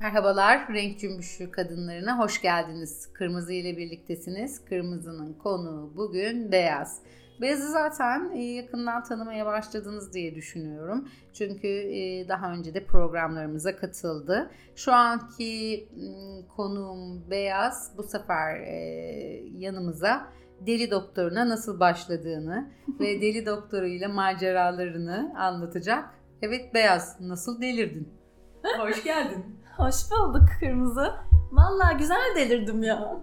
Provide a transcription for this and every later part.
Merhabalar, Renk Cümbüşü kadınlarına hoş geldiniz. Kırmızı ile birliktesiniz. Kırmızının konuğu bugün beyaz. Beyazı zaten yakından tanımaya başladınız diye düşünüyorum. Çünkü daha önce de programlarımıza katıldı. Şu anki konuğum beyaz. Bu sefer yanımıza deli doktoruna nasıl başladığını ve deli doktoruyla maceralarını anlatacak. Evet beyaz, nasıl delirdin? Hoş geldin. Hoş bulduk Kırmızı. Vallahi güzel delirdim ya.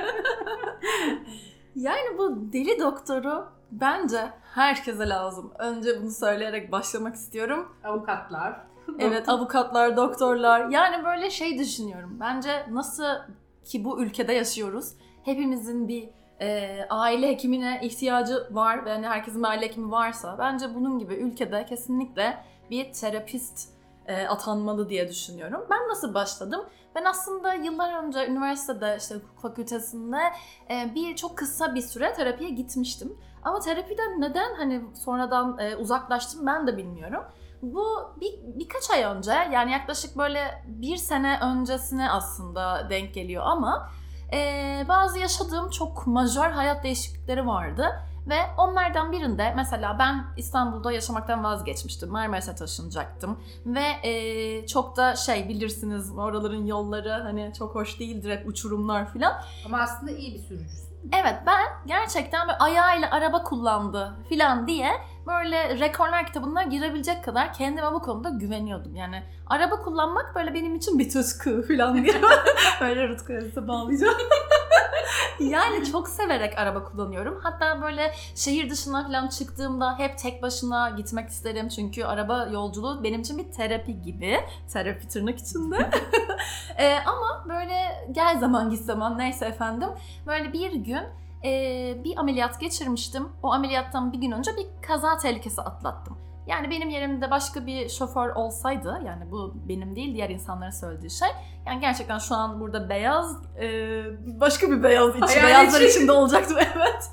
Yani bu deli doktoru bence herkese lazım. Önce bunu söyleyerek başlamak istiyorum. Avukatlar. Evet, avukatlar, doktorlar. Yani böyle şey düşünüyorum. Bence nasıl ki bu ülkede yaşıyoruz. Hepimizin bir aile hekimine ihtiyacı var ve yani herkesin bir aile hekimi varsa bence bunun gibi ülkede kesinlikle bir terapist atanmalı diye düşünüyorum. Ben nasıl başladım? Ben aslında yıllar önce üniversitede işte hukuk fakültesinde çok kısa bir süre terapiye gitmiştim. Ama terapiden neden hani sonradan uzaklaştım ben de bilmiyorum. Bu birkaç ay önce, yani yaklaşık böyle bir sene öncesine aslında denk geliyor ama bazı yaşadığım çok majör hayat değişiklikleri vardı. Ve onlardan birinde mesela ben İstanbul'da yaşamaktan vazgeçmiştim. Marmaris'e taşınacaktım. Ve çok da bilirsiniz oraların yolları hani çok hoş değildir, hep uçurumlar filan. Ama aslında iyi bir sürücüsün. Evet, ben gerçekten böyle ayağıyla araba kullandı filan diye böyle rekorlar kitabına girebilecek kadar kendime bu konuda güveniyordum. Yani araba kullanmak böyle benim için bir tutku filan diye böyle Rutku Yazıt'a bağlayacağım. Yani çok severek araba kullanıyorum. Hatta böyle şehir dışına falan çıktığımda hep tek başına gitmek isterim. Çünkü araba yolculuğu benim için bir terapi gibi. Terapi tırnak içinde. Ama böyle gel zaman git zaman neyse efendim. Böyle bir gün bir ameliyat geçirmiştim. O ameliyattan bir gün önce bir kaza tehlikesi atlattım. Yani benim yerimde başka bir şoför olsaydı, yani bu benim değil diğer insanların söylediği şey. Yani gerçekten şu an burada beyaz, başka bir beyazlar içinde olacaktı evet.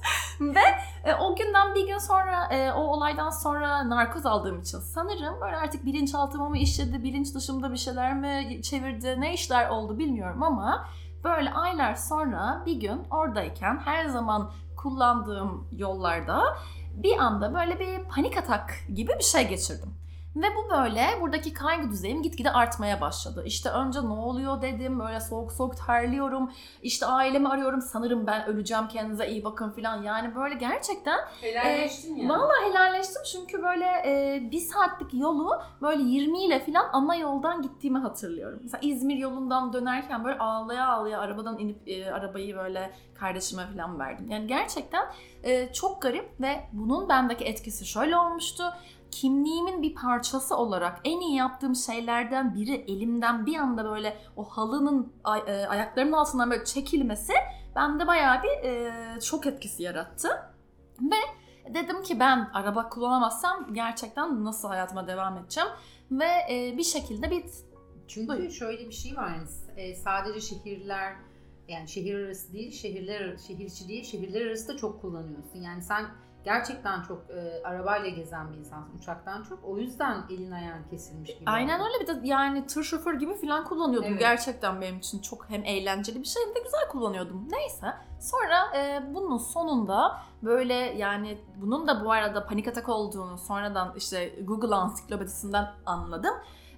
Ve o günden bir gün sonra, o olaydan sonra narkoz aldığım için sanırım böyle artık bilinçaltıma mı işledi, bilinç dışımda bir şeyler mi çevirdi, ne işler oldu bilmiyorum ama böyle aylar sonra bir gün oradayken her zaman kullandığım yollarda bir anda böyle bir panik atak gibi bir şey geçirdim. Ve bu böyle buradaki kaygı düzeyim gitgide artmaya başladı. İşte önce ne oluyor dedim, böyle soğuk soğuk terliyorum. İşte ailemi arıyorum, sanırım ben öleceğim, kendinize iyi bakın falan. Yani böyle gerçekten helalleştin ya. Vallahi helalleştim çünkü böyle bir saatlik yolu böyle 20 ile falan ana yoldan gittiğimi hatırlıyorum. Mesela İzmir yolundan dönerken böyle ağlaya ağlaya arabadan inip arabayı böyle kardeşime falan verdim. Yani gerçekten çok garip ve bunun bendeki etkisi şöyle olmuştu. Kimliğimin bir parçası olarak en iyi yaptığım şeylerden biri elimden bir anda böyle o halının ayaklarımın altından böyle çekilmesi bende bayağı bir şok etkisi yarattı. Ve dedim ki ben araba kullanamazsam gerçekten nasıl hayatıma devam edeceğim ve bir şekilde Çünkü şöyle bir şey var, yani sadece şehirler, yani şehir arası değil, şehir içi değil, şehirler arası da çok kullanıyorsun. Yani sen gerçekten çok arabayla gezen bir insansın, uçaktan çok. O yüzden elin ayağın kesilmiş gibi. Aynen oldu. öyle, bir de yani tır şoför gibi falan kullanıyordum. Evet. Gerçekten benim için çok hem eğlenceli bir şey hem de güzel kullanıyordum. Neyse, sonra bunun sonunda böyle, yani bunun da bu arada panik atak olduğunu sonradan işte Google ansiklopedisinden anladım.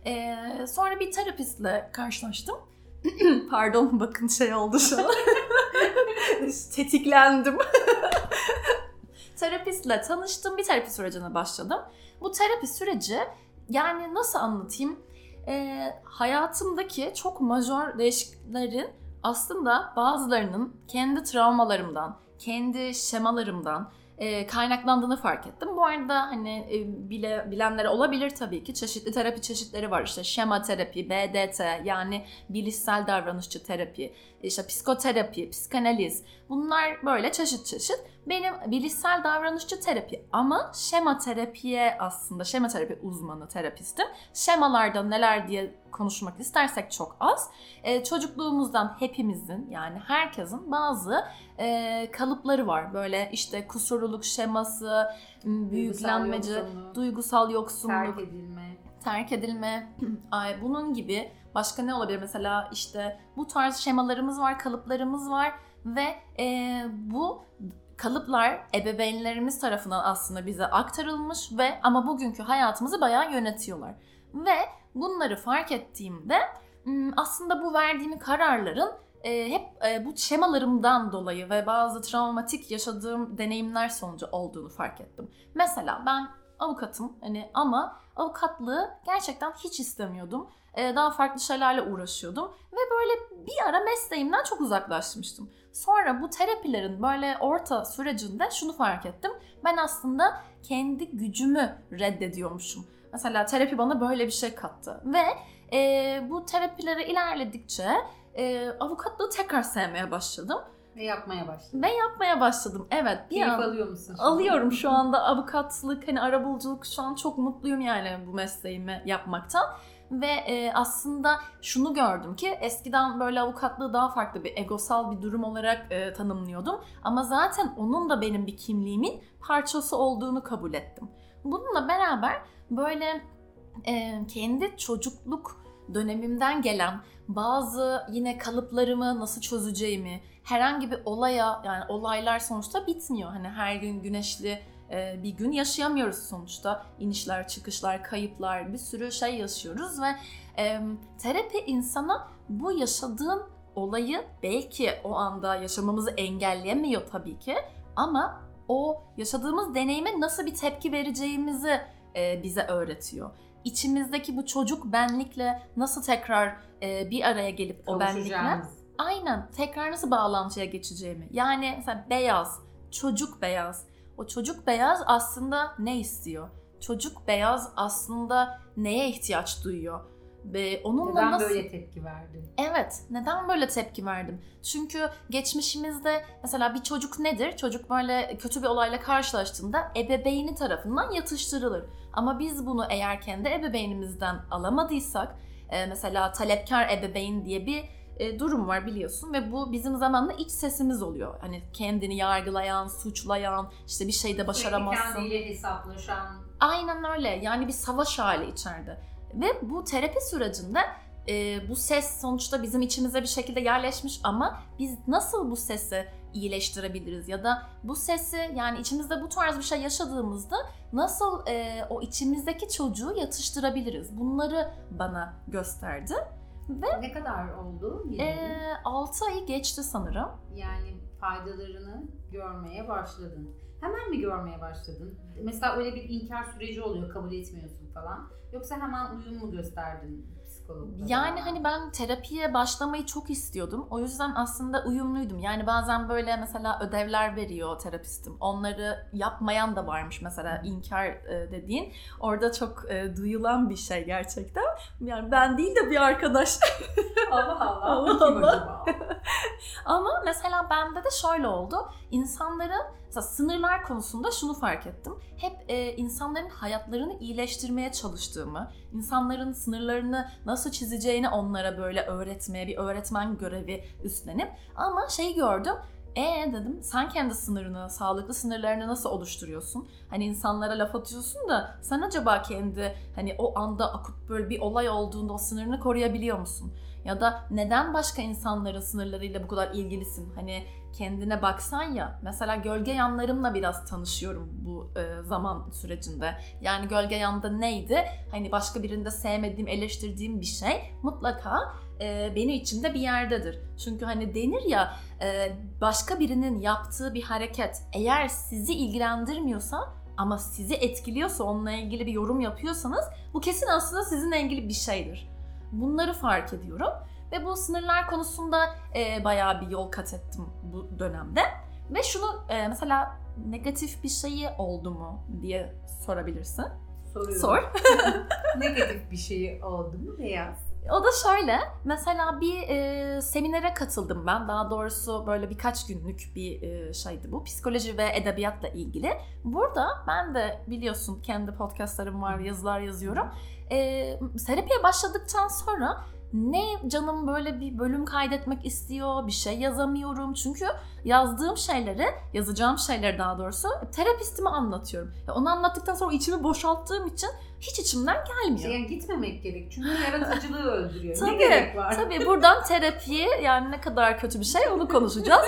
Sonra bir terapistle karşılaştım. Pardon, bakın oldu şu an. Tetiklendim. Terapistle tanıştım, bir terapi sürecine başladım. Bu terapi süreci, yani nasıl anlatayım, hayatımdaki çok majör değişikliklerin aslında bazılarının kendi travmalarımdan, kendi şemalarımdan kaynaklandığını fark ettim. Bu arada hani bilenlere olabilir tabii ki, çeşitli terapi çeşitleri var. İşte şema terapi, BDT, yani bilişsel davranışçı terapi, işte psikoterapi, psikanaliz, bunlar böyle çeşit çeşit. Benim bilişsel davranışçı terapi ama şema terapiye, aslında şema terapi uzmanı terapistim. Şemalarda neler diye konuşmak istersek çok az. Çocukluğumuzdan hepimizin, yani herkesin bazı kalıpları var. Böyle işte kusurluluk şeması, büyüklenmece, duygusal yoksunluk, terk edilme, bunun gibi başka ne olabilir? Mesela işte bu tarz şemalarımız var, kalıplarımız var ve bu kalıplar ebeveynlerimiz tarafından aslında bize aktarılmış ve ama bugünkü hayatımızı bayağı yönetiyorlar. Ve bunları fark ettiğimde aslında bu verdiğim kararların hep bu şemalarımdan dolayı ve bazı travmatik yaşadığım deneyimler sonucu olduğunu fark ettim. Mesela ben avukatım ama avukatlığı gerçekten hiç istemiyordum. Daha farklı şeylerle uğraşıyordum ve böyle bir ara mesleğimden çok uzaklaşmıştım. Sonra bu terapilerin böyle orta sürecinde şunu fark ettim. Ben aslında kendi gücümü reddediyormuşum. Mesela terapi bana böyle bir şey kattı ve bu terapilere ilerledikçe avukatlığı tekrar sevmeye başladım. Ve yapmaya başladım. Evet. Keyif alıyor musun? Alıyorum şu anda avukatlık, arabuluculuk, şu an çok mutluyum yani bu mesleğimi yapmaktan. Ve aslında şunu gördüm ki eskiden böyle avukatlığı daha farklı bir egosal bir durum olarak tanımlıyordum. Ama zaten onun da benim bir kimliğimin parçası olduğunu kabul ettim. Bununla beraber böyle kendi çocukluk dönemimden gelen bazı yine kalıplarımı nasıl çözeceğimi, herhangi bir olaya, yani olaylar sonuçta bitmiyor. Her gün güneşli bir gün yaşayamıyoruz sonuçta. İnişler, çıkışlar, kayıplar, bir sürü şey yaşıyoruz ve terapi insana bu yaşadığın olayı belki o anda yaşamamızı engelleyemiyor tabii ki ama o yaşadığımız deneyime nasıl bir tepki vereceğimizi bize öğretiyor. İçimizdeki bu çocuk benlikle nasıl tekrar bir araya gelip o benlikle tekrar nasıl bağlantıya geçeceğimi. Yani mesela beyaz, çocuk beyaz. O çocuk beyaz aslında ne istiyor? Çocuk beyaz aslında neye ihtiyaç duyuyor? Ve onunla neden böyle tepki verdin? Evet, neden böyle tepki verdim? Çünkü geçmişimizde mesela bir çocuk nedir? Çocuk böyle kötü bir olayla karşılaştığında ebeveyni tarafından yatıştırılır. Ama biz bunu eğer kendi ebeveynimizden alamadıysak, mesela talepkar ebeveyn diye bir durum var biliyorsun ve bu bizim zamanla iç sesimiz oluyor. Kendini yargılayan, suçlayan, işte bir şeyde başaramazsın. Kendiyle hesaplaşan. Aynen öyle. Yani bir savaş hali içeride. Ve bu terapi sürecinde bu ses sonuçta bizim içimize bir şekilde yerleşmiş ama biz nasıl bu sesi iyileştirebiliriz ya da bu sesi yani içimizde bu tarz bir şey yaşadığımızda nasıl o içimizdeki çocuğu yatıştırabiliriz? Bunları bana gösterdi. Ve ne kadar oldu? 6 ayı geçti sanırım. Yani faydalarını görmeye başladın. Hemen mi görmeye başladın? Mesela öyle bir inkar süreci oluyor, kabul etmiyorsun falan. Yoksa hemen uyum mu gösterdin psikologlara? Yani ben terapiye başlamayı çok istiyordum. O yüzden aslında uyumluydum. Yani bazen böyle mesela ödevler veriyor terapistim. Onları yapmayan da varmış mesela inkar dediğin. Orada çok duyulan bir şey gerçekten. Yani ben değil de bir arkadaş. Allah. Ama mesela bende de şöyle oldu. İnsanların mesela sınırlar konusunda şunu fark ettim. Hep insanların hayatlarını iyileştirmeye çalıştığımı, insanların sınırlarını nasıl çizeceğini onlara böyle öğretmeye, bir öğretmen görevi üstlenip ama gördüm. Dedim sen kendi sınırını, sağlıklı sınırlarını nasıl oluşturuyorsun? İnsanlara laf atıyorsun da sen acaba kendi o anda akut böyle bir olay olduğunda o sınırını koruyabiliyor musun? Ya da neden başka insanların sınırlarıyla bu kadar ilgilisin? Kendine baksan ya. Mesela gölge yanlarımla biraz tanışıyorum bu zaman sürecinde. Yani gölge yanında neydi? Başka birinde sevmediğim, eleştirdiğim bir şey mutlaka benim içimde bir yerdedir. Çünkü denir ya başka birinin yaptığı bir hareket eğer sizi ilgilendirmiyorsa ama sizi etkiliyorsa, onunla ilgili bir yorum yapıyorsanız bu kesin aslında sizinle ilgili bir şeydir. Bunları fark ediyorum ve bu sınırlar konusunda bayağı bir yol kat ettim bu dönemde. Ve şunu mesela negatif bir şeyi oldu mu diye sorabilirsin. Soruyorum. Sor. Negatif bir şeyi oldu mu? Ne yaz? O da şöyle, mesela bir seminere katıldım ben. Daha doğrusu böyle birkaç günlük bir şeydi bu. Psikoloji ve edebiyatla ilgili. Burada ben de biliyorsun kendi podcastlarım var, yazılar yazıyorum. Terapiye başladıktan sonra ne canım böyle bir bölüm kaydetmek istiyor, bir şey yazamıyorum. Çünkü yazacağım şeyleri daha doğrusu terapistime anlatıyorum. Onu anlattıktan sonra içimi boşalttığım için hiç içimden gelmiyor. Yani gitmemek gerek. Çünkü yaratıcılığı öldürüyor. Tabii, ne gerek var? Tabii buradan terapiyi, yani ne kadar kötü bir şey onu konuşacağız.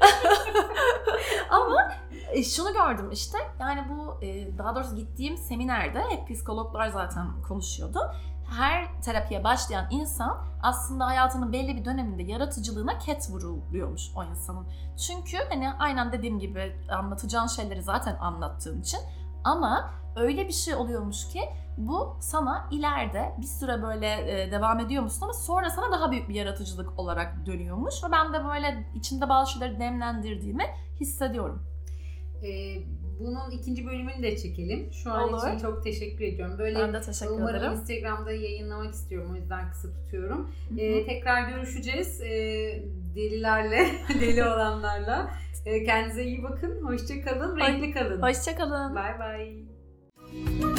Ama şunu gördüm işte, yani bu daha doğrusu gittiğim seminerde hep psikologlar zaten konuşuyordu. Her terapiye başlayan insan aslında hayatının belli bir döneminde yaratıcılığına ket vuruluyormuş o insanın. Çünkü hani aynen dediğim gibi anlatacağın şeyleri zaten anlattığın için, ama öyle bir şey oluyormuş ki bu sana ileride bir süre böyle devam ediyor musun ama sonra sana daha büyük bir yaratıcılık olarak dönüyormuş ve ben de böyle içimde bazı şeyleri demlendirdiğimi hissediyorum. Bunun ikinci bölümünü de çekelim. Şu an Olur. için çok teşekkür ediyorum. Böyle ben de teşekkür umarım ederim. Instagram'da yayınlamak istiyorum. O yüzden kısa tutuyorum. Tekrar görüşeceğiz. Delilerle, deli olanlarla. Kendinize iyi bakın. Hoşça kalın. Renkli kalın. Hoşça kalın. Bye bye.